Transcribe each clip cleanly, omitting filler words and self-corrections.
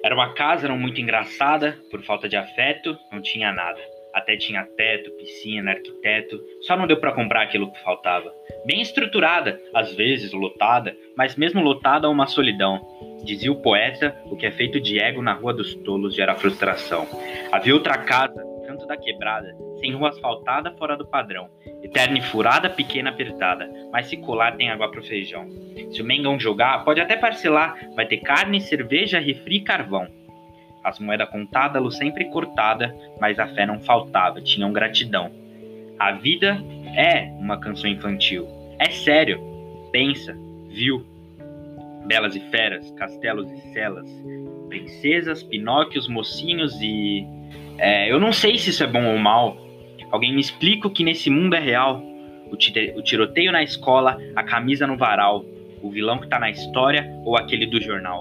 Era uma casa não muito engraçada, por falta de afeto, não tinha nada. Até tinha teto, piscina, arquiteto, só não deu para comprar aquilo que faltava. Bem estruturada, às vezes lotada, mas mesmo lotada uma solidão. Dizia o poeta, o que é feito de ego na rua dos tolos gera frustração. Havia outra casa, canto da quebrada, sem rua asfaltada fora do padrão. Eterna e furada, pequena apertada, mas se colar tem água pro feijão. Se o Mengão jogar, pode até parcelar, vai ter carne, cerveja, refri e carvão. As moedas contadas, luz sempre cortada, mas a fé não faltava, tinham gratidão. A vida é uma canção infantil. É sério. Pensa, viu? Belas e feras, castelos e celas, princesas, pinóquios, mocinhos e... eu não sei se isso é bom ou mal. Alguém me explica o que nesse mundo é real. O tiroteio na escola, a camisa no varal, o vilão que tá na história ou aquele do jornal.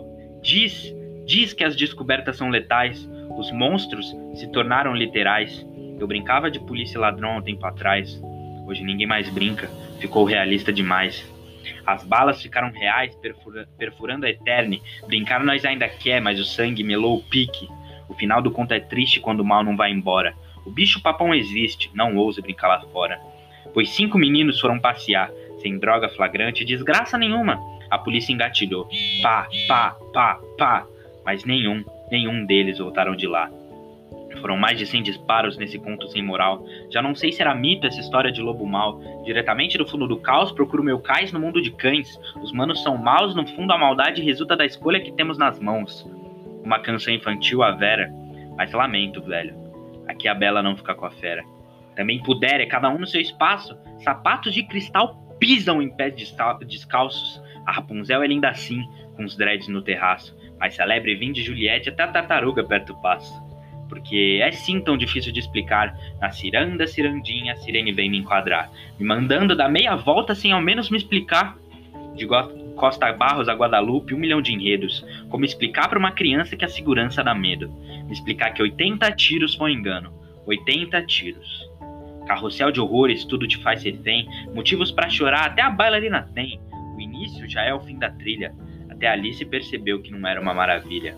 Diz que as descobertas são letais, os monstros se tornaram literais. Eu brincava de polícia e ladrão há um tempo atrás. Hoje ninguém mais brinca, ficou realista demais. As balas ficaram reais, perfurando a eterne. Brincar nós ainda quer, mas o sangue melou o pique. O final do conto é triste quando o mal não vai embora. O bicho papão existe, não ouse brincar lá fora. Pois 5 meninos foram passear, sem droga flagrante, desgraça nenhuma. A polícia engatilhou. Pá, pá, pá, pá. Mas nenhum deles voltaram de lá. Foram mais de 100 disparos nesse conto sem moral. Já não sei se era mito essa história de lobo mau. Diretamente do fundo do caos, procuro meu cais no mundo de cães. Os manos são maus, no fundo a maldade resulta da escolha que temos nas mãos. Uma canção infantil a Vera. Mas lamento, velho. Aqui a Bela não fica com a fera. Também pudera, cada um no seu espaço. Sapatos de cristal pisam em pés descalços. A Rapunzel é linda assim, com os dreads no terraço. Mas celebre vim de Juliette até a tartaruga perto do passo. Porque é sim tão difícil de explicar. Na ciranda, cirandinha, a sirene vem me enquadrar, me mandando dar meia volta sem ao menos me explicar. De Costa Barros a Guadalupe, 1 milhão de enredos. Como explicar para uma criança que a segurança dá medo? Me explicar que 80 tiros foi um engano. 80 tiros. Carrossel de horrores, tudo te faz refém. Motivos para chorar, até a bailarina tem. O início já é o fim da trilha. Até Alice percebeu que não era uma maravilha.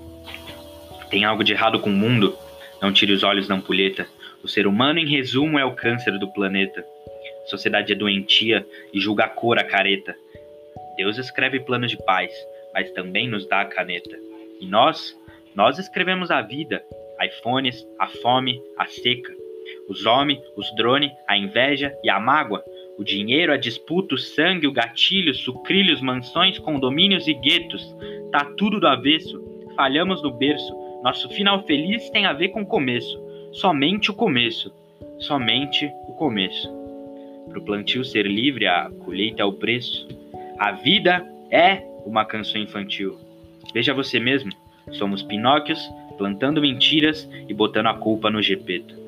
Tem algo de errado com o mundo? Não tire os olhos da ampulheta. O ser humano, em resumo, é o câncer do planeta. A sociedade é doentia e julga a cor a careta. Deus escreve planos de paz, mas também nos dá a caneta. E nós escrevemos a vida, iPhones, a fome, a seca. Os homens, os drones, a inveja e a mágoa. O dinheiro, a disputa, o sangue, o gatilho, sucrilhos, mansões, condomínios e guetos. Tá tudo do avesso. Falhamos no berço. Nosso final feliz tem a ver com o começo. Somente o começo. Somente o começo. Pro plantio ser livre, a colheita é o preço. A vida é uma canção infantil. Veja você mesmo. Somos Pinóquios, plantando mentiras e botando a culpa no Gepeto.